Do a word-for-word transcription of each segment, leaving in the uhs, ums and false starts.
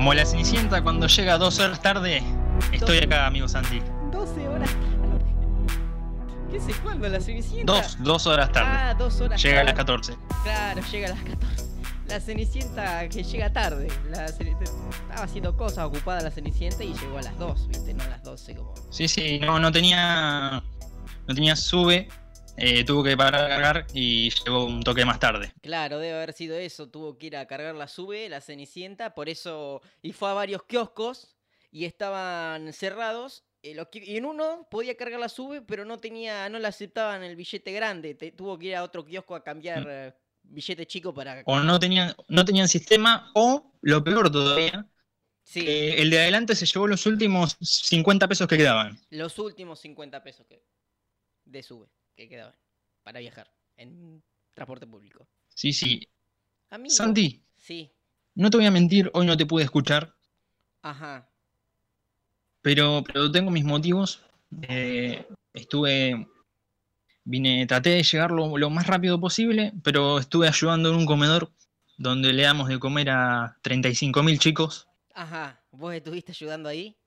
Como la Cenicienta cuando llega dos horas tarde, estoy acá, amigo Santi. doce horas tarde. ¿Qué sé cuándo la Cenicienta? Dos, dos horas tarde. Ah, dos horas Llega tarde. a las catorce. Claro, llega a las catorce. La Cenicienta que llega tarde. La Ceni- Estaba haciendo cosas, ocupada la Cenicienta y llegó a las dos, ¿viste? No a las doce como... Sí, sí, no, no tenía. No tenía sube. Eh, tuvo que parar a cargar y llegó un toque más tarde. Claro, debe haber sido eso. Tuvo que ir a cargar la sube, la Cenicienta, por eso... Y fue a varios kioscos y estaban cerrados. eh, los ki- Y en uno podía cargar la sube, pero no tenía, no le aceptaban el billete grande. Te- tuvo que ir a otro kiosco a cambiar eh, billete chico para... O no tenían, no tenían sistema, o lo peor todavía, Sí, que el de adelante se llevó los últimos cincuenta pesos que quedaban. los últimos cincuenta pesos que de sube que quedaban para viajar en transporte público. Sí, sí. Amigo. Santi, Sí, no te voy a mentir, hoy no te pude escuchar, ajá. pero, pero tengo mis motivos. Eh, estuve, vine, traté de llegar lo, lo más rápido posible, pero estuve ayudando en un comedor donde le damos de comer a treinta y cinco mil chicos. Ajá, ¿vos estuviste ayudando ahí?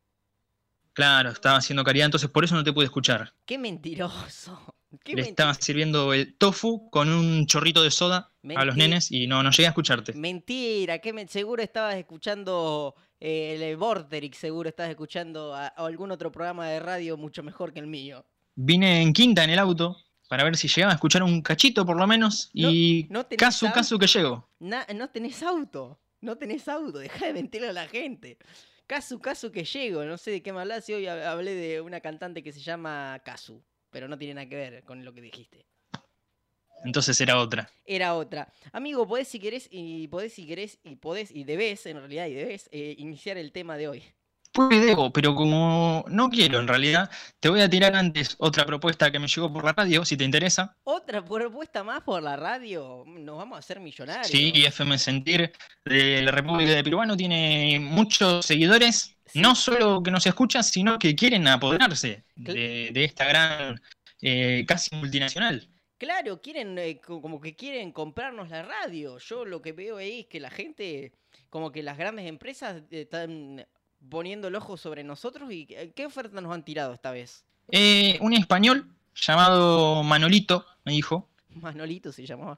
Claro, estaba haciendo caridad, entonces por eso no te pude escuchar. ¡Qué mentiroso! ¡Qué Le menti- estaba sirviendo el tofu con un chorrito de soda a los Menti- nenes y no, no llegué a escucharte. Mentira! ¿Qué men- seguro estabas escuchando eh, el Vorterix, seguro estabas escuchando a, a algún otro programa de radio mucho mejor que el mío. Vine en quinta en el auto para ver si llegaba a escuchar un cachito por lo menos y No- no tenés caso, auto. caso que llego. Na- no tenés auto, no tenés auto, dejá de mentirle a la gente. Casu, Casu que llego, no sé de qué me hablas y hoy hab- hablé de una cantante que se llama Casu, pero no tiene nada que ver con lo que dijiste. Entonces era otra. Era otra. Amigo, podés si querés y podés si querés y podés y debés, en realidad, y debés eh, iniciar el tema de hoy. Pues debo, pero como no quiero en realidad, te voy a tirar antes otra propuesta que me llegó por la radio, si te interesa. Otra propuesta más por la radio, nos vamos a hacer millonarios. Sí, F M Sentir de la República de Peruano tiene muchos seguidores, Sí. no solo que nos escuchan, sino que quieren apoderarse Cl- de, de esta gran, eh, casi multinacional. Claro, quieren, eh, co- como que quieren comprarnos la radio. Yo lo que veo ahí es que la gente, como que las grandes empresas eh, están poniendo el ojo sobre nosotros y eh, ¿qué oferta nos han tirado esta vez? Eh, un español llamado Manolito me dijo, Manolito se llamaba.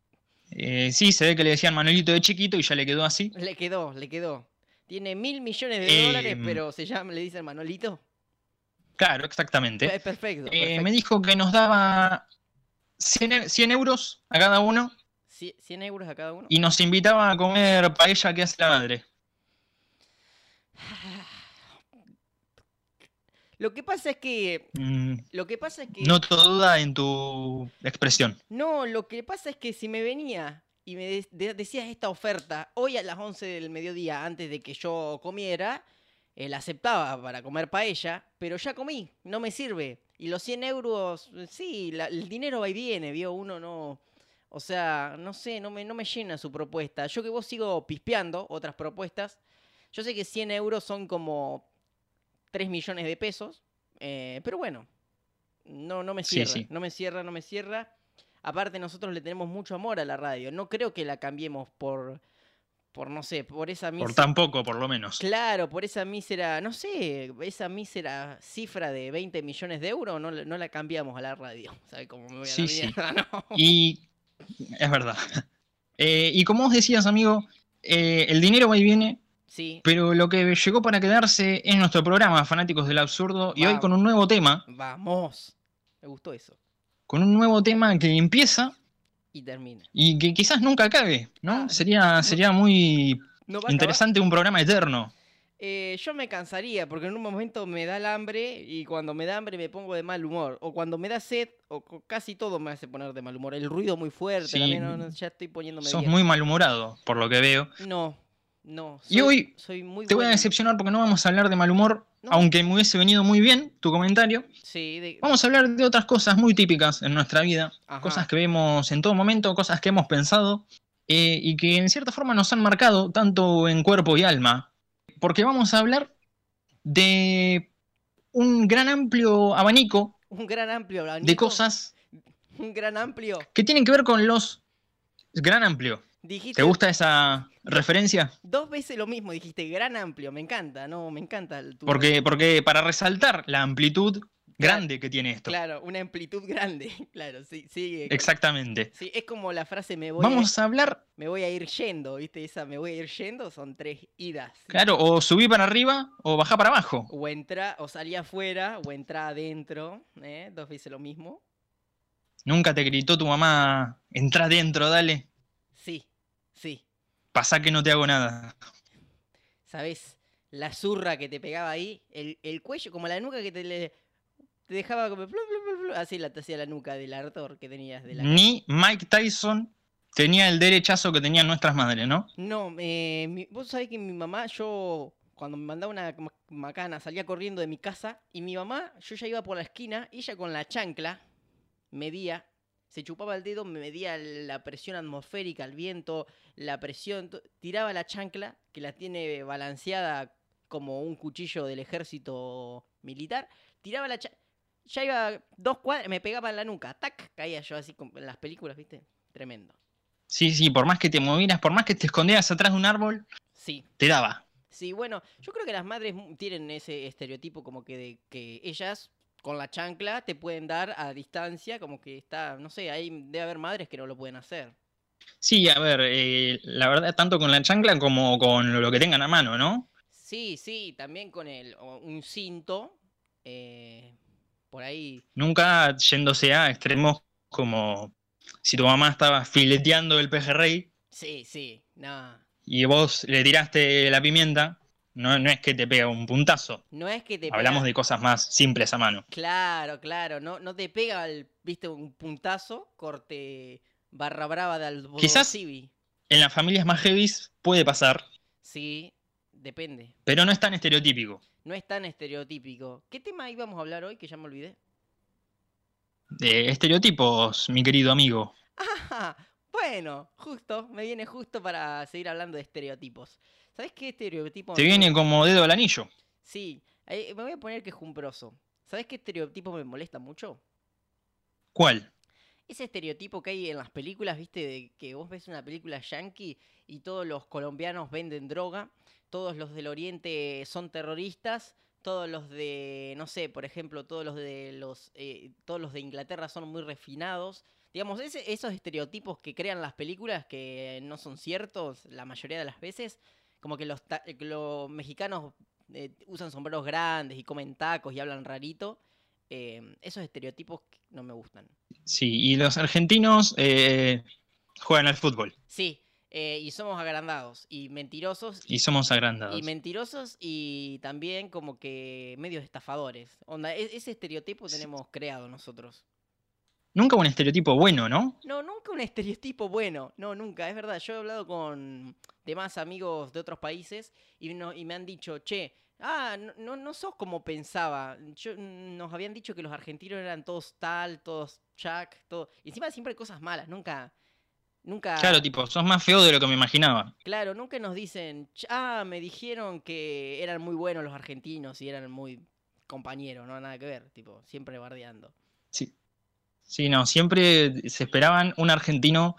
eh, sí, se ve que le decían Manolito de chiquito y ya le quedó así. Le quedó, le quedó. Tiene mil millones de Eh, dólares, pero se llama, le dicen Manolito. Claro, exactamente. Es perfecto, Eh, perfecto. me dijo que nos daba cien, e- cien euros a cada uno Cie- cien euros a cada uno. y nos invitaba a comer paella que hace la madre. Lo que pasa es que. Mm, Lo que pasa es que. noto duda en tu expresión. No, lo que pasa es que si me venía y me de- de- decías esta oferta hoy a las once del mediodía, antes de que yo comiera, eh, la aceptaba para comer paella, pero ya comí, no me sirve. Y los cien euros, eh, sí, la- el dinero va y viene, vio, uno no. O sea, no sé, no me, no me llena su propuesta. Yo que vos sigo pispeando otras propuestas, yo sé que cien euros son como tres millones de pesos, eh, pero bueno, no, no me Sí, cierra, sí. no me cierra, no me cierra. Aparte nosotros le tenemos mucho amor a la radio, no creo que la cambiemos por, por no sé, por esa Por mísera... tan poco, por lo menos. Claro, por esa mísera, no sé, esa mísera cifra de veinte millones de euros, no, la- no la cambiamos a la radio. ¿Sabes cómo me voy a Sí, la sí. mierda? No. Y es verdad. Eh, y como vos decías, amigo, eh, el dinero va y viene, Sí, pero lo que llegó para quedarse es nuestro programa, Fanáticos del Absurdo, y hoy Va. con un nuevo tema, vamos. Me gustó eso. con un nuevo tema que empieza Y termina. y que quizás nunca acabe, ¿no? Ah, Sería, sería muy ¿No va a acabar? interesante un programa eterno. Eh, yo me cansaría porque en un momento me da el hambre y cuando me da hambre me pongo de mal humor. O cuando me da sed, o co- casi todo me hace poner de mal humor. El ruido muy fuerte, Sí, también, no, no, ya estoy poniéndome Sos viejo. muy malhumorado, por lo que veo. No, no. Y hoy soy muy Te voy a bueno. decepcionar porque no vamos a hablar de mal humor, No. aunque me hubiese venido muy bien tu comentario. Sí, de... Vamos a hablar de otras cosas muy típicas en nuestra vida, Ajá. cosas que vemos en todo momento, cosas que hemos pensado eh, y que en cierta forma nos han marcado tanto en cuerpo y alma. Porque vamos a hablar de un gran amplio abanico un gran amplio abanico. de cosas Un gran amplio. que tienen que ver con los... Gran amplio. Dijiste ¿Te gusta esa referencia? dos veces lo mismo, dijiste gran amplio, me encanta, no, me encanta el- tu Porque, referencia. porque para resaltar la amplitud Claro, grande que tiene esto. claro, una amplitud grande, claro, sí, sí, con- Exactamente. sí, es como la frase me voy a, Vamos a hablar, me voy a ir yendo, ¿viste? Esa me voy a ir yendo son tres idas. claro, o subí para arriba o bajá para abajo. O entra, o salí afuera, o entra adentro, ¿eh? Dos veces lo mismo. Nunca te gritó tu mamá, entrá dentro, dale, Sí, sí. pasá que no te hago nada. ¿Sabés? La zurra que te pegaba ahí, el, el cuello, como la nuca que te, le- te dejaba como... plu, plu, plu, plu, así la te hacía la nuca del ardor que tenías de la cara. Ni Mike Tyson tenía el derechazo que tenían nuestras madres, ¿no? No, eh, mi- vos sabés que mi mamá, yo cuando me mandaba una ma- macana, salía corriendo de mi casa y mi mamá, yo ya iba por la esquina, y ella con la chancla medía, se chupaba el dedo, me medía la presión atmosférica, el viento, la presión, to- tiraba la chancla, que la tiene balanceada como un cuchillo del ejército militar, tiraba la chancla, ya iba dos cuadras, me pegaba en la nuca, tac, caía yo así como en las películas, ¿viste? Tremendo. Sí, sí, por más que te movieras, por más que te escondieras atrás de un árbol, Sí. te daba. Sí, bueno, yo creo que las madres mu- tienen ese estereotipo como que de que ellas con la chancla te pueden dar a distancia, como que está, no sé, ahí debe haber madres que no lo pueden hacer. Sí, a ver, eh, la verdad, tanto con la chancla como con lo que tengan a mano, ¿no? Sí, sí, también con el, o un cinto, eh, por ahí, Nunca yéndose a extremos como si tu mamá estaba fileteando el pejerrey sí, sí, no, y vos le tiraste la pimienta, no, no es que te pega un puntazo. no es que te Hablamos pega, de cosas más simples a mano. claro, claro, no, no te pega, el, viste, un puntazo, corte barra brava de Aldo Quizás Civi, en las familias más heavies puede pasar, sí, depende. pero no es tan estereotípico. No es tan estereotípico. ¿Qué tema íbamos a hablar hoy que ya me olvidé? De estereotipos, mi querido amigo. Ah, bueno, justo, me viene justo para seguir hablando de estereotipos. ¿Sabés qué estereotipo Te me viene molesta? como dedo al anillo. Sí, eh, me voy a poner quejumbroso. ¿Sabés qué estereotipo me molesta mucho? ¿Cuál? Ese estereotipo que hay en las películas, viste, de que vos ves una película yankee y todos los colombianos venden droga, todos los del oriente son terroristas, todos los de, no sé, por ejemplo, todos los de los, eh, todos los de Inglaterra son muy refinados. Digamos, ese- esos estereotipos que crean las películas que no son ciertos la mayoría de las veces, como que los, ta- que los mexicanos eh, usan sombreros grandes y comen tacos y hablan rarito, eh, esos estereotipos no me gustan. Sí, y los argentinos eh, juegan al fútbol Sí, eh, y somos agrandados y mentirosos y y, somos y agrandados. mentirosos y también como que medios estafadores. Onda, e- ese estereotipo Sí. tenemos creado nosotros. Nunca un estereotipo bueno, ¿no? No, nunca un estereotipo bueno. No, nunca, es verdad. Yo he hablado con demás amigos de otros países y, no- y me han dicho, che, ah, no, no, no sos como pensaba. Yo, nos habían dicho que los argentinos eran todos tal, todos Jack, todo. Y encima siempre hay cosas malas, nunca, Claro, nunca. tipo, sos más feo de lo que me imaginaba. Claro, nunca nos dicen, "Ch- ah, me dijeron que eran muy buenos los argentinos y eran muy compañeros, no nada que ver, tipo, siempre bardeando. Sí. Sí, no, siempre se esperaban un argentino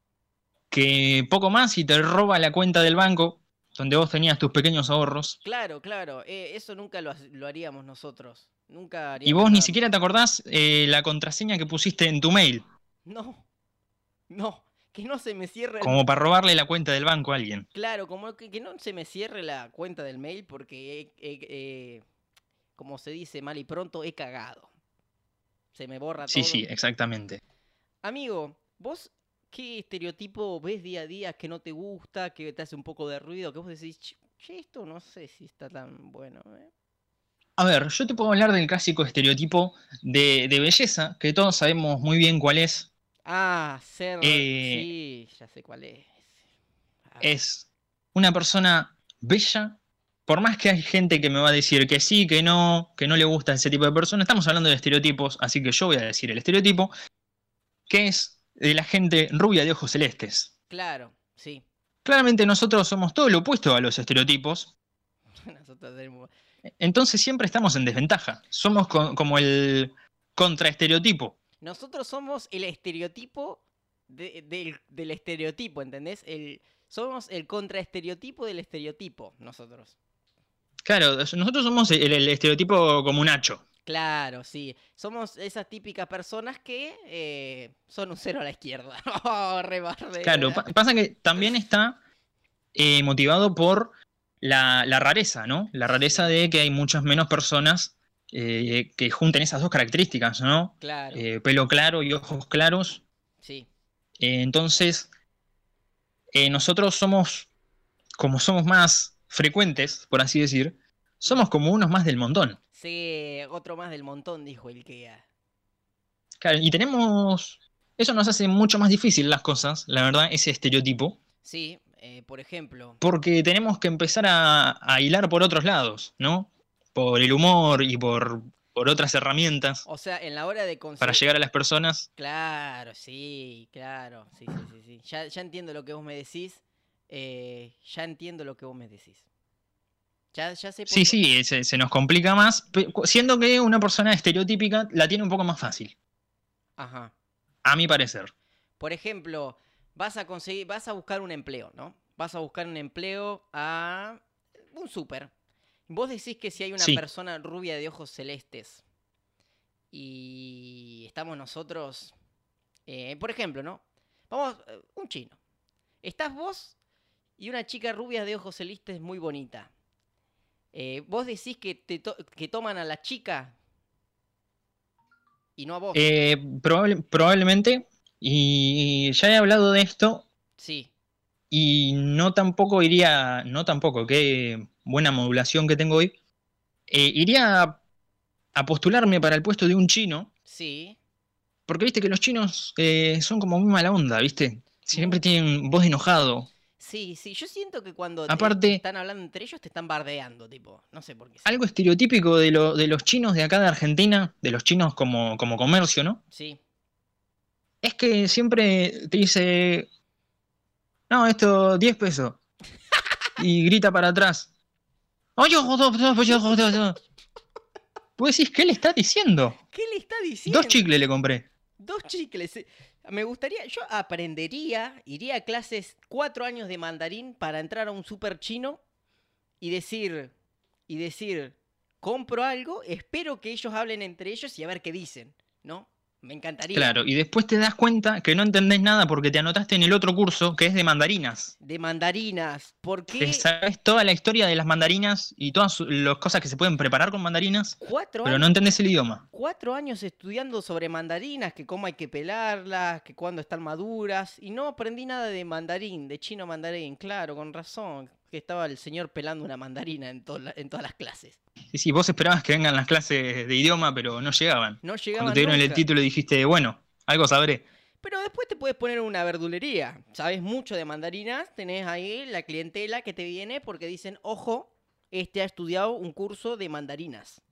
que poco más y te roba la cuenta del banco donde vos tenías tus pequeños ahorros Claro, claro, eh, eso nunca lo, ha- lo haríamos nosotros, nunca y haríamos vos ni nada. siquiera te acordás eh, la contraseña que pusiste en tu mail, No, no, que no se me cierre el... como para robarle la cuenta del banco a alguien. Claro, como que, que no se me cierre la cuenta del mail porque, he- he- eh, como se dice mal y pronto, he cagado. Se me borra Sí, todo. sí, exactamente. Amigo, ¿vos qué estereotipo ves día a día que no te gusta, que te hace un poco de ruido, que vos decís, che, che, esto no sé si está tan bueno, eh"? A ver, yo te puedo hablar del clásico estereotipo de, de belleza, que todos sabemos muy bien cuál es. Ah, ser... Eh, Sí, ya sé cuál es. Ah, es una persona bella, por más que hay gente que me va a decir que sí, que no, que no le gusta ese tipo de personas, estamos hablando de estereotipos, así que yo voy a decir el estereotipo, que es de la gente rubia de ojos celestes. claro, sí. Claramente nosotros somos todo lo opuesto a los estereotipos, Nosotros tenemos... entonces siempre estamos en desventaja. Somos co- como el contraestereotipo. Nosotros somos el estereotipo de- del, del estereotipo, ¿entendés? El, somos el contraestereotipo del estereotipo, nosotros. Claro, nosotros somos el, el estereotipo comunacho. Claro, sí. Somos esas típicas personas que eh, son un cero a la izquierda. Oh, re Claro, bardera. pa- pasa que también está eh, motivado por la, la rareza, ¿no? La rareza Sí, de que hay muchas menos personas eh, que junten esas dos características, ¿no? claro, Eh, pelo claro y ojos claros. sí. Eh, entonces, eh, nosotros somos, como somos más frecuentes, por así decir, somos como unos más del montón. Sí, otro más del montón, dijo el Kea. Claro, y tenemos, eso nos hace mucho más difícil las cosas, la verdad, ese estereotipo, Sí, eh, por ejemplo. porque tenemos que empezar a, a hilar por otros lados, ¿no? Por el humor y por, por otras herramientas O sea, en la hora de para conseguir... llegar a las personas. Claro, sí, claro. Sí, sí, sí, sí. Ya, ya entiendo lo que vos me decís. eh, ya entiendo lo que vos me decís. Ya, ya sé por Sí, qué. sí, se, se nos complica más, pe- siendo que una persona estereotípica la tiene un poco más fácil, Ajá. a mi parecer. Por ejemplo, vas a conseguir, vas a buscar un empleo, ¿no? Vas a buscar un empleo a un súper. Vos decís que si hay una Sí. persona rubia de ojos celestes y estamos nosotros, eh, por ejemplo, ¿no? Vamos, eh, un chino. Estás vos y una chica rubia de ojos celestes muy bonita. Eh, vos decís que, te to- que toman a la chica y no a vos. Eh, probable- probablemente, y ya he hablado de esto, Sí. y no tampoco iría, no tampoco, qué buena modulación que tengo hoy, eh, iría a, a postularme para el puesto de un chino, Sí. porque viste que los chinos eh, son como muy mala onda, viste, siempre Mu- tienen voz de enojado. Sí, sí, yo siento que cuando te- Aparte, están hablando entre ellos te están bardeando, tipo, no sé por qué será. algo estereotípico de, lo, de los chinos de acá de Argentina, de los chinos como, como comercio, ¿no? Sí. Es que siempre te dice, no, esto diez pesos, y grita para atrás. Oye, vos decís, ¿qué le está diciendo? ¿Qué le está Dos diciendo? chicles le compré. Dos chicles. eh. Me gustaría, yo aprendería, iría a clases cuatro años de mandarín para entrar a un super chino y decir, y decir, compro algo, espero que ellos hablen entre ellos y a ver qué dicen, ¿no? Me encantaría. Claro, y después te das cuenta que no entendés nada porque te anotaste en el otro curso que es de mandarinas. De mandarinas, ¿por Te qué sabes toda la historia de las mandarinas y todas su- las cosas que se pueden preparar con mandarinas, cuatro pero no años? entendés el idioma. Cuatro años estudiando sobre mandarinas, que cómo hay que pelarlas, que cuándo están maduras, y no aprendí nada de mandarín, de chino mandarín, claro, con razón, que estaba el señor pelando una mandarina en, to- la- en todas las clases. Y sí, vos esperabas que vengan las clases de idioma, pero no llegaban. No Cuando te llegaban dieron el nunca. título dijiste, bueno, algo sabré. Pero después te puedes poner una verdulería, sabes mucho de mandarinas, tenés ahí la clientela que te viene porque dicen, ojo, este ha estudiado un curso de mandarinas.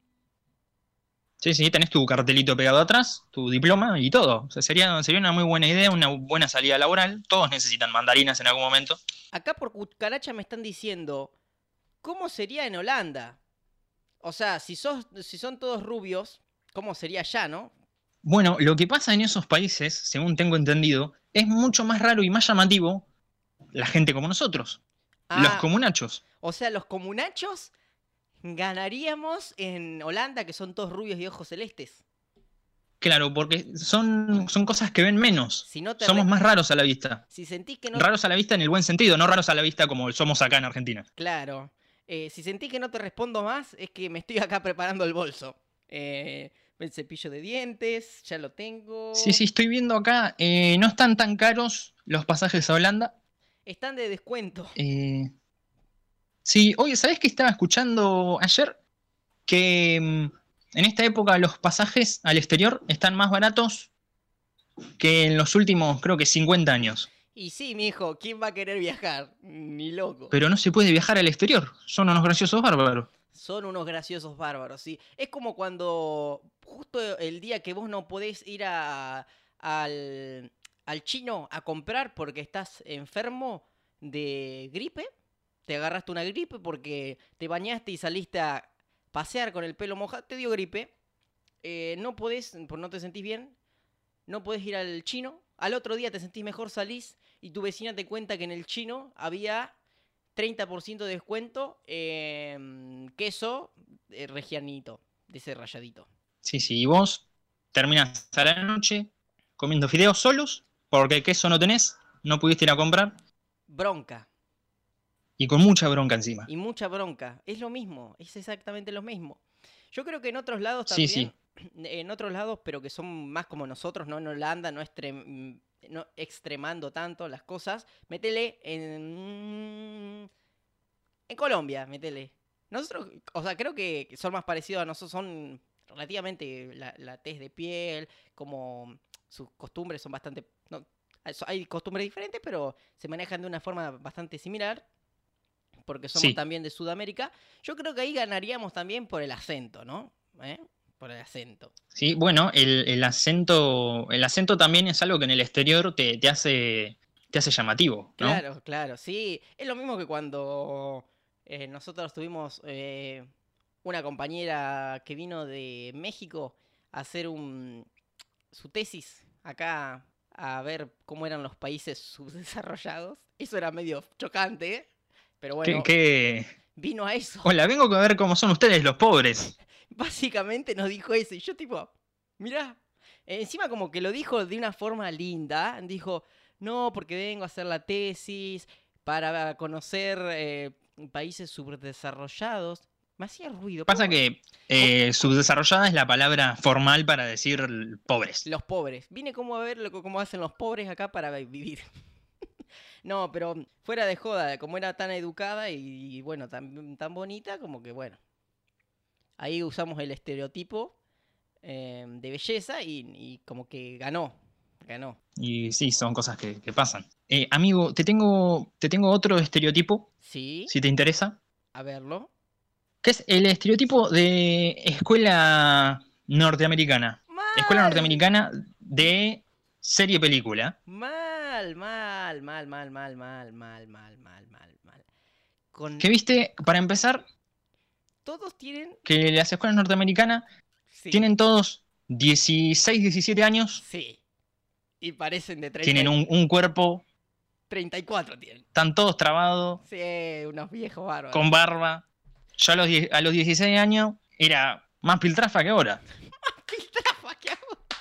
Sí, sí, tenés tu cartelito pegado atrás, tu diploma y todo. O sea, sería, sería una muy buena idea, una buena salida laboral. Todos necesitan mandarinas en algún momento. Acá por cucaracha me están diciendo, ¿cómo sería en Holanda? O sea, si, sos, si son todos rubios, ¿cómo sería allá, no? Bueno, lo que pasa en esos países, según tengo entendido, es mucho más raro y más llamativo la gente como nosotros, los Ah, comunachos. o sea, los comunachos ganaríamos en Holanda, que son todos rubios y ojos celestes. Claro, porque son, son cosas que ven menos. Si no te Somos re- más raros a la vista. si sentís que no... Raros a la vista en el buen sentido, no raros a la vista como somos acá en Argentina. Claro. Eh, si sentís que no te respondo más, es que me estoy acá preparando el bolso. Eh, el cepillo de dientes, ya lo Sí, tengo. sí, estoy viendo acá, eh, no están tan caros los pasajes a Holanda. Están de descuento. Eh, sí, oye, ¿sabés qué estaba escuchando ayer? Que mm, en esta época los pasajes al exterior están más baratos que en los últimos, creo que cincuenta años. Y sí, mijo, ¿quién va a querer viajar? Ni loco. Pero no se puede viajar al exterior, son unos graciosos bárbaros. Son unos graciosos bárbaros, sí. Es como cuando justo el día que vos no podés ir a, al, al chino a comprar porque estás enfermo de gripe, te agarraste una gripe porque te bañaste y saliste a pasear con el pelo mojado, te dio gripe, eh, no podés, por no te sentís bien, no podés ir al chino, al otro día te sentís mejor, salís y tu vecina te cuenta que en el chino había treinta por ciento de descuento en queso eh, regianito, de ese rayadito. Sí, sí, y vos terminás a la noche comiendo fideos solos, porque queso no tenés, no pudiste ir a comprar, Bronca. y con mucha bronca encima. Y mucha bronca. Es lo mismo, es exactamente lo mismo. Yo creo que en otros lados Sí, también, sí. en otros lados, pero que son más como nosotros, no en Holanda, no, extrem- no extremando tanto las cosas, métele en... En Colombia, métele. Nosotros, o sea, creo que son más parecidos a nosotros, son relativamente la, la tez de piel, como sus costumbres son bastante... No, hay costumbres diferentes, pero se manejan de una forma bastante similar, porque somos Sí. también de Sudamérica. Yo creo que ahí ganaríamos también por el acento, ¿no? ¿Eh? Por el acento. Sí, bueno, el, el acento, el acento también es algo que en el exterior te, te hace, te hace llamativo, ¿no? Claro, claro, sí. Es lo mismo que cuando eh, nosotros tuvimos eh, una compañera que vino de México a hacer un, su tesis acá a ver cómo eran los países subdesarrollados. Eso era medio chocante, ¿eh? Pero ¿Qué, bueno, qué? vino a eso. Hola, vengo a ver cómo son ustedes los pobres. Básicamente nos dijo eso. Y yo tipo, mirá. Eh, encima como que lo dijo de una forma linda. Dijo, no, porque vengo a hacer la tesis para conocer eh, países subdesarrollados. Me hacía ruido. Pasa ¿Cómo? que eh, subdesarrollada es la palabra formal para decir pobres. Los pobres. Vine como a ver lo que cómo hacen los pobres acá para vivir. No, pero fuera de joda, como era tan educada y, y bueno, tan, tan bonita, como que bueno. Ahí usamos el estereotipo eh, de belleza y, y como que ganó, ganó. Y sí, son cosas que, que pasan. Eh, amigo, te tengo, te tengo otro estereotipo, Sí, si te interesa, a verlo. que es el estereotipo de escuela norteamericana. Escuela ¡Mal! norteamericana de serie-película. Mal, mal, mal, mal, mal, mal, mal, mal, mal, mal, mal. Con... Que viste, para empezar, Todos tienen... que las escuelas norteamericanas Sí, tienen todos dieciséis, diecisiete años, sí. Y parecen de treinta, tienen un, un cuerpo, treinta y cuatro tienen. están todos trabados, Sí, unos viejos bárbaros. con barba. Yo a los, die- a los dieciséis años era más piltrafa que ahora. Piltrafa, ¿qué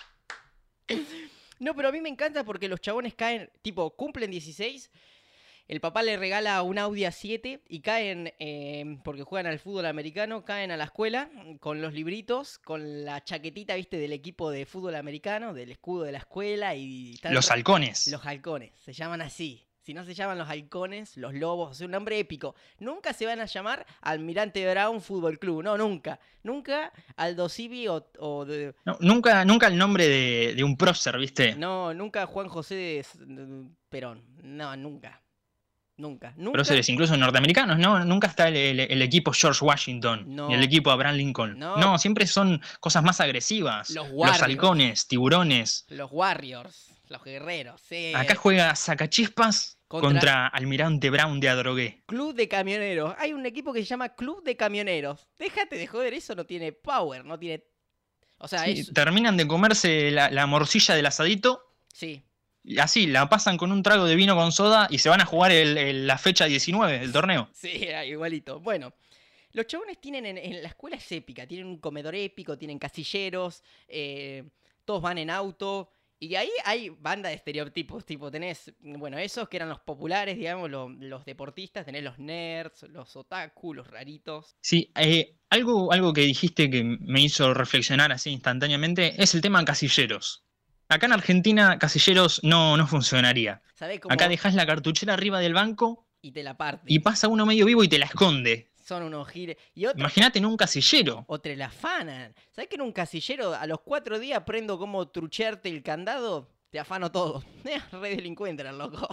hago? No, pero a mí me encanta porque los chabones caen, tipo, cumplen dieciséis, el papá le regala un Audi A siete y caen, eh, porque juegan al fútbol americano, caen a la escuela con los libritos, con la chaquetita, viste, del equipo de fútbol americano, del escudo de la escuela y... tal- Los halcones. Los halcones, se llaman así. Si no se llaman los halcones, los lobos, o sea, un nombre épico. Nunca se van a llamar Almirante Brown Fútbol Club, no, nunca. Nunca Aldo Civi o... o de- No, nunca, nunca el nombre de, de un prócer, ¿viste? no, nunca Juan José de S- de Perón. No, nunca. Nunca. Nunca. Próceres incluso norteamericanos, ¿no? Nunca está el, el- el equipo George Washington, No. ni el equipo Abraham Lincoln. No. No, siempre son cosas más agresivas. Los Los Warriors. halcones, tiburones. Los Warriors, los guerreros, sí. Acá juega Sacachispas Contra- contra, Almirante Brown de Adrogué. Club de Camioneros. Hay un equipo que se llama Club de Camioneros. Déjate de joder, eso no tiene power, no tiene... O sea, Sí, es... terminan de comerse la, la morcilla del asadito. Sí. Y así, la pasan con un trago de vino con soda y se van a jugar el- el- la fecha diecinueve del torneo. Sí, era igualito. Bueno, los chabones tienen en, en la escuela es épica, tienen un comedor épico, tienen casilleros, eh, todos van en auto. Y ahí hay banda de estereotipos, tipo tenés, bueno, esos que eran los populares, digamos, lo- los deportistas, tenés los nerds, los otaku, los raritos. Sí, eh, algo, algo que dijiste que me hizo reflexionar así instantáneamente es el tema casilleros. Acá en Argentina, casilleros no, no funcionaría. ¿Sabés cómo? Acá dejás la cartuchera arriba del banco Y te la parte. y pasa uno medio vivo y te la esconde. Son unos gires. Y otros... Imagínate en un casillero. O te la afanan. ¿Sabes que en un casillero a los cuatro días aprendo cómo truchearte el candado? Te afano todo. Re delincuente era el loco.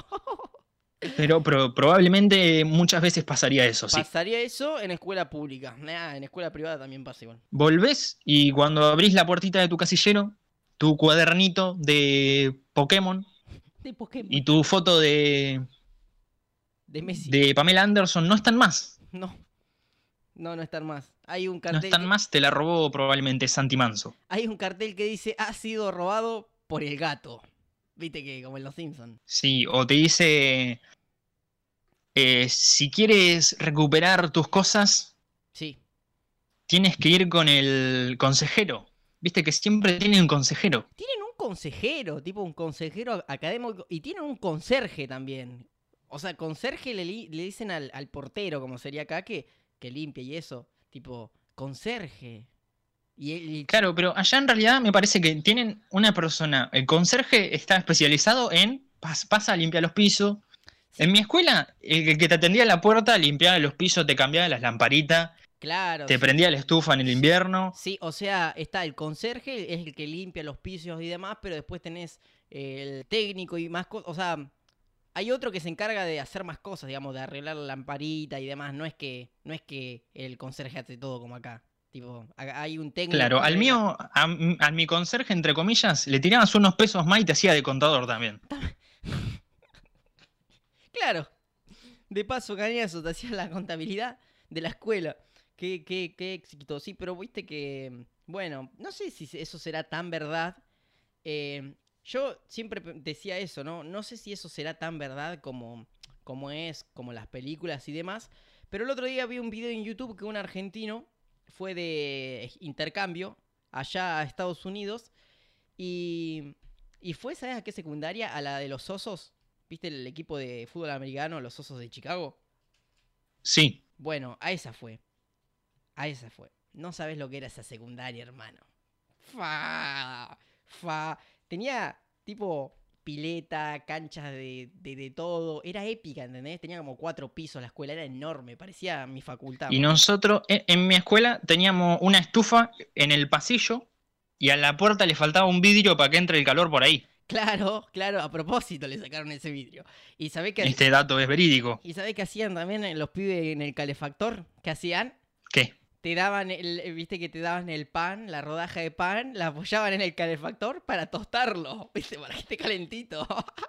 Pero, pero probablemente muchas veces pasaría eso, sí. Pasaría eso en escuela pública. Nah, en escuela privada también pasa igual. Volvés y cuando abrís la puertita de tu casillero, tu cuadernito de Pokémon De Pokémon. y tu foto de, De Messi. de Pamela Anderson no están más. No. No, no están más. Hay un No cartel. están que... más, te la robó probablemente Santi Manso. Hay un cartel que dice ha sido robado por el gato. Viste que como en Los Simpsons. Sí, o te dice, eh, si quieres recuperar tus cosas, Sí. tienes que ir con el consejero. Viste que siempre tienen un consejero. Tienen un consejero, tipo un consejero académico, y tienen un conserje también. O sea, conserje le, li- le dicen al, al portero, como sería acá, que, que limpia y eso. Tipo, conserje. Y, el- y- Claro, pero allá en realidad me parece que tienen una persona, el conserje está especializado en pas- pasa a limpiar los pisos. sí, En mi escuela, el que te atendía a la puerta limpiaba los pisos, te cambiaba las lamparitas, claro, te sí. prendía la estufa en el invierno. Sí, o sea, está el conserje, es el que limpia los pisos y demás, pero después tenés eh, el técnico y más cosas. O sea, hay otro que se encarga de hacer más cosas, digamos, de arreglar la lamparita y demás. No es que, no es que el conserje hace todo como acá. Tipo, a- hay un técnico Claro, que al arregla. mío, a, a mi conserje, entre comillas, le tirabas unos pesos más y te hacía de contador también. Claro, de paso, cañazo, te hacía la contabilidad de la escuela. Qué, qué, qué éxito, sí, pero viste que, bueno, no sé si eso será tan verdad. Eh, yo siempre pe- decía eso, ¿no? No sé si eso será tan verdad como, como es, como las películas y demás. Pero el otro día vi un video en YouTube que un argentino fue de intercambio allá a Estados Unidos y, y fue, ¿sabes a qué secundaria? A la de los Osos. ¿Viste el equipo de fútbol americano, los Osos de Chicago? Sí, Bueno, a esa fue. A esa fue. No sabes lo que era esa secundaria, hermano. Fa, fa. Tenía tipo pileta, canchas de, de, de todo. Era épica, ¿entendés? Tenía como cuatro pisos la escuela, era enorme. Parecía mi facultad, y más o menos. nosotros, en, en mi escuela, teníamos una estufa en el pasillo y a la puerta le faltaba un vidrio para que entre el calor por ahí. Claro, claro, a propósito le sacaron ese vidrio. ¿Y sabés qué, Este dato es verídico. y sabés qué hacían también en los pibes en el calefactor? ¿Qué hacían? ¿Qué? Te daban, el, eh, viste que te daban el pan, la rodaja de pan, la apoyaban en el calefactor para tostarlo, viste, para que esté calentito.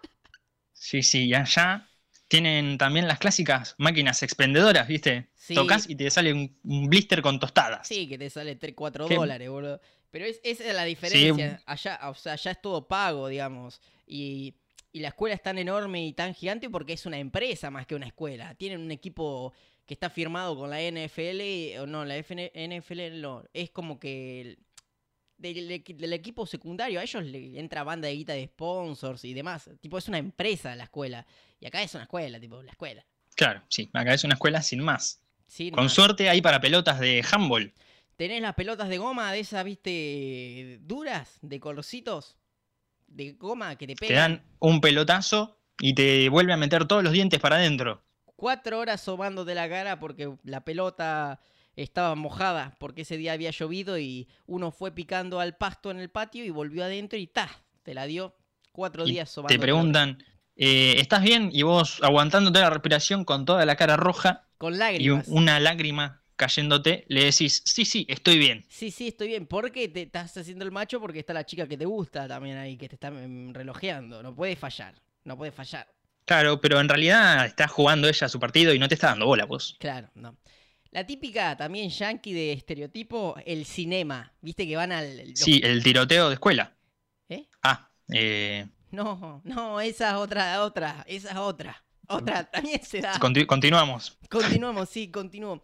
Sí, sí, y allá tienen también las clásicas máquinas expendedoras, ¿viste? Sí, Tocas y te sale un, un blister con tostadas. sí, que te sale tres, cuatro ¿Qué? dólares, boludo. Pero es, esa es la Sí, diferencia. Allá, o sea, allá es todo pago, digamos. Y, y la escuela es tan enorme y tan gigante porque es una empresa más que una escuela. Tienen un equipo que está firmado con la N F L, o no, la F N F L no. Es como que el- del, equi- del equipo secundario, a ellos le entra banda de guita de sponsors y demás. Tipo, es una empresa la escuela. Y acá es una escuela, tipo, la escuela. claro, sí, acá es una escuela sin más. Sin Con más. suerte hay para pelotas de handball. ¿Tenés las pelotas de goma de esas, viste, duras, de colorcitos? De goma que te Te pegan. dan un pelotazo y te vuelve a meter todos los dientes para adentro. Cuatro horas sobándote la cara porque la pelota estaba mojada, porque ese día había llovido y uno fue picando al pasto en el patio y volvió adentro y ¡ta! Te la dio cuatro Y días te sobándote la preguntan, eh, ¿estás bien? Y vos aguantándote la respiración con toda la cara roja con y un- lágrimas. una lágrima cayéndote, le decís, sí, sí, estoy bien. Sí, sí, estoy bien. Porque te estás haciendo el macho porque está la chica que te gusta también ahí, que te está mm, relojeando. No puede fallar. No puede fallar. Claro, pero en realidad está jugando ella su partido y no te está dando bola vos. Claro, no. La típica también yankee de estereotipo, el cinema. ¿Viste que van al... los- Sí, el tiroteo de escuela. ¿Eh? Ah, eh, No, no, esa es otra, otra, esa es otra. Otra, también se da. conti- continuamos. Continuamos, sí, continuamos.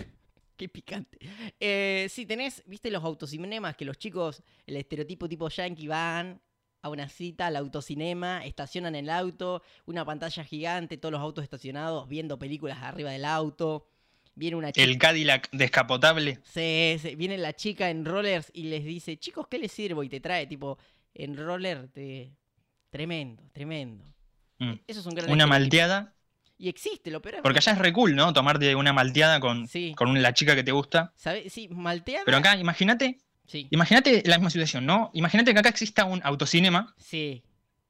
Qué picante. Eh, sí, tenés, viste los autocinemas que los chicos, el estereotipo tipo yankee, van a una cita al autocinema, estacionan el auto, una pantalla gigante, todos los autos estacionados, viendo películas arriba del auto. Viene una chica. El Cadillac descapotable. Sí, sí, viene la chica en rollers y les dice, chicos, ¿qué les sirvo? Y te trae, tipo, en roller, te... tremendo, tremendo. Mm. Eso es un gran Una estereotipo. malteada. Y existe, lo peor es Porque que- allá es re cool, ¿no? Tomarte una malteada con, Sí. con la chica que te gusta. ¿Sabes? Sí, malteada. Pero acá, imagínate, Sí, imagínate la misma situación, ¿no? Imagínate que acá exista un autocinema. sí.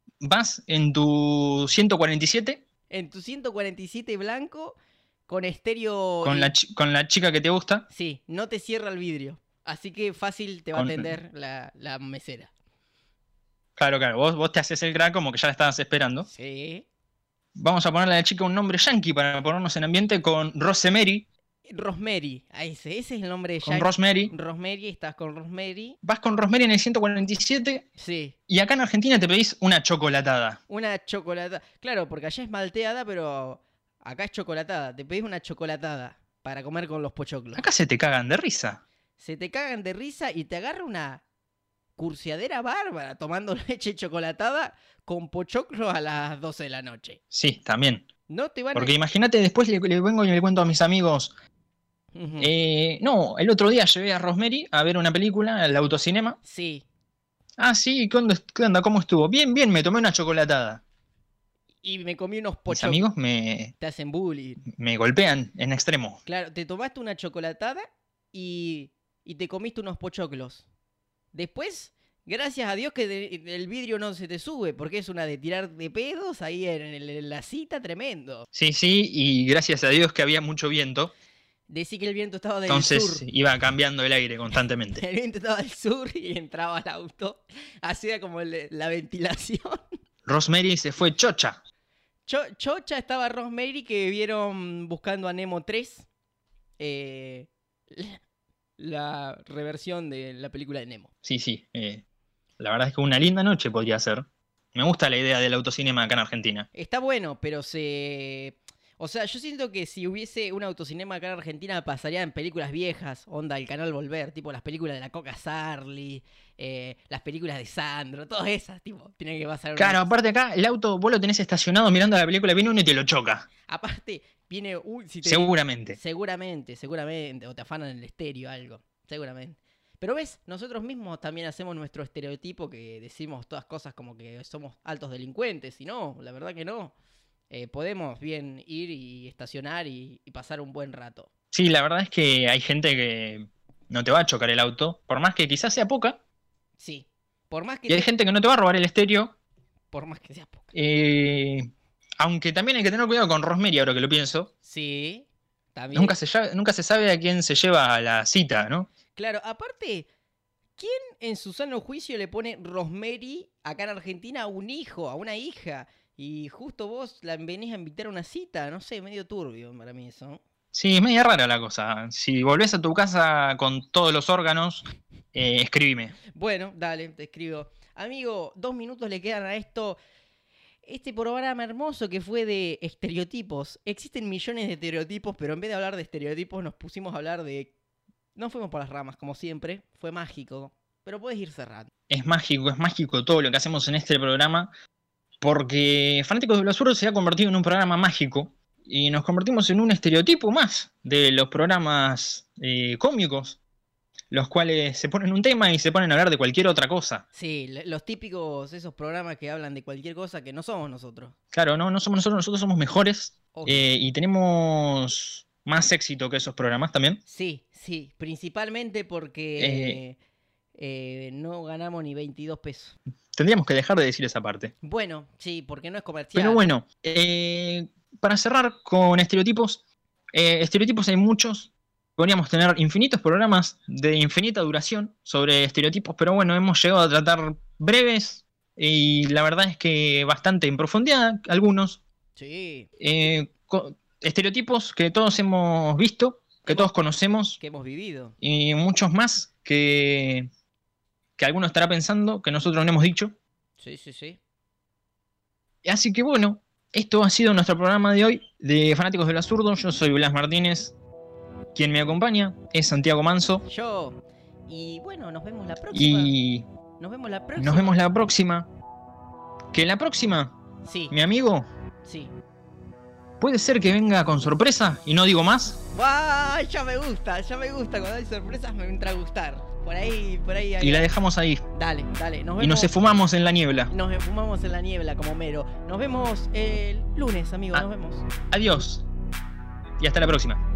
Vas en tu ciento cuarenta y siete En tu ciento cuarenta y siete blanco, con estéreo... con y- la, chi- con la chica que te gusta. Sí, no te cierra el vidrio. Así que fácil te va Con- a atender la, la mesera. Claro, claro, vos, vos te haces el crack como que ya la estabas esperando. Sí. Vamos a ponerle a la chica un nombre yankee para ponernos en ambiente con Rosemary. Rosemary, a ese, ese es el nombre de Con Jack. Rosemary. Rosemary, estás con Rosemary. Vas con Rosemary en el ciento cuarenta y siete Sí, y acá en Argentina te pedís una chocolatada. una chocolatada. Claro, porque allá es malteada, pero acá es chocolatada. Te pedís una chocolatada para comer con los pochoclos. Acá se te cagan de risa. Se te cagan de risa y te agarra una cursiadera bárbara tomando leche chocolatada con pochoclo a las doce de la noche. Sí, también. No te van Porque a... imagínate, después le, le vengo y le cuento a mis amigos. Ujú. Eh, no, el otro día llevé a Rosemary a ver una película, el autocinema. Sí. Ah, sí, ¿qué onda? ¿Qué onda? ¿Cómo estuvo? Bien, bien, me tomé una chocolatada. Y me comí unos Mis pochoclos. amigos me, Te hacen bullying. me golpean en extremo. Claro, te tomaste una chocolatada y, y te comiste unos pochoclos. Después, gracias a Dios que de- el vidrio no se te sube, porque es una de tirar de pedos ahí en, el- en la cita, tremendo. Sí, sí, y gracias a Dios que había mucho viento, Decí que el viento estaba del entonces sur. iba cambiando el aire constantemente. El viento estaba del sur y entraba al auto. Hacía como el- la ventilación. Rosemary se fue chocha. Cho- Chocha estaba Rosemary que vieron Buscando a Nemo tres. eh, la, la reversión de la película de Nemo. Sí, sí. eh, la verdad es que una linda noche podría ser. Me gusta la idea del autocinema acá en Argentina. Está bueno, pero se... O sea, yo siento que si hubiese un autocinema acá en Argentina pasaría en películas viejas, onda el canal Volver, tipo las películas de la Coca Sarli, eh, las películas de Sandro, todas esas, tipo, tienen que pasar. Claro, una- aparte acá el auto vos lo tenés estacionado mirando la película, viene uno y te lo choca. Aparte, viene un... si te- Seguramente. Seguramente, seguramente, o te afanan el estéreo algo, seguramente. Pero ves, nosotros mismos también hacemos nuestro estereotipo que decimos todas cosas como que somos altos delincuentes, y no, la verdad que no. Eh, podemos bien ir y estacionar y, y pasar un buen rato. Sí, la verdad es que hay gente que no te va a chocar el auto, por más que quizás sea poca. Sí, por más que, Y hay te- gente que no te va a robar el estéreo. por más que sea poca. eh, aunque también hay que tener cuidado con Rosemary, ahora que lo pienso. Sí, también. Nunca se, lla- nunca se sabe a quién se lleva a la cita, ¿no? Claro, aparte, ¿quién en su sano juicio le pone Rosemary acá en Argentina a un hijo, a una hija? Y justo vos la venís a invitar a una cita, no sé, medio turbio para mí eso. Sí, es media rara la cosa. Si volvés a tu casa con todos los órganos, eh, escribime. Bueno, dale, te escribo. Amigo, dos minutos le quedan a esto. Este programa hermoso que fue de estereotipos. Existen millones de estereotipos, pero en vez de hablar de estereotipos nos pusimos a hablar de... No fuimos por las ramas, como siempre. Fue mágico. Pero puedes ir cerrando. Es mágico, es mágico todo lo que hacemos en este programa, porque Fanáticos del Absurdo se ha convertido en un programa mágico y nos convertimos en un estereotipo más de los programas eh, cómicos, los cuales se ponen un tema y se ponen a hablar de cualquier otra cosa. Sí, l- los típicos, esos programas que hablan de cualquier cosa que no somos nosotros. Claro, no, no somos nosotros, nosotros somos mejores Obvio. eh, y tenemos más éxito que esos programas también. Sí, sí, principalmente porque eh, no ganamos ni veintidós pesos. Tendríamos que dejar de decir esa parte. Bueno, sí, porque no es comercial. Pero bueno, eh, para cerrar con estereotipos, eh, estereotipos hay muchos. Podríamos tener infinitos programas de infinita duración sobre estereotipos, pero bueno, hemos llegado a tratar breves y la verdad es que bastante en profundidad algunos. Sí, Eh, co- estereotipos que todos hemos visto, que Hemos- todos conocemos que hemos vivido. y muchos más que, que alguno estará pensando que nosotros no hemos dicho. Sí, sí, sí. Así que bueno, esto ha sido nuestro programa de hoy de Fanáticos del Absurdo. Yo soy Blas Martínez. Quien me acompaña es Santiago Manso. Yo. Y bueno, nos vemos la próxima. Y Nos vemos la próxima. nos vemos la próxima. Que la próxima, Sí, mi amigo, sí. puede ser que venga con sorpresa y no digo más. ¡Guau! Ya me gusta, ya me gusta. Cuando hay sorpresas me entra a gustar. Por ahí, por ahí. ahí. Y la dejamos ahí. Dale, dale. Nos vemos. Y nos esfumamos en la niebla. Nos enfumamos en la niebla como mero. Nos vemos el lunes, amigo. Ah. Nos vemos. Adiós. Y hasta la próxima.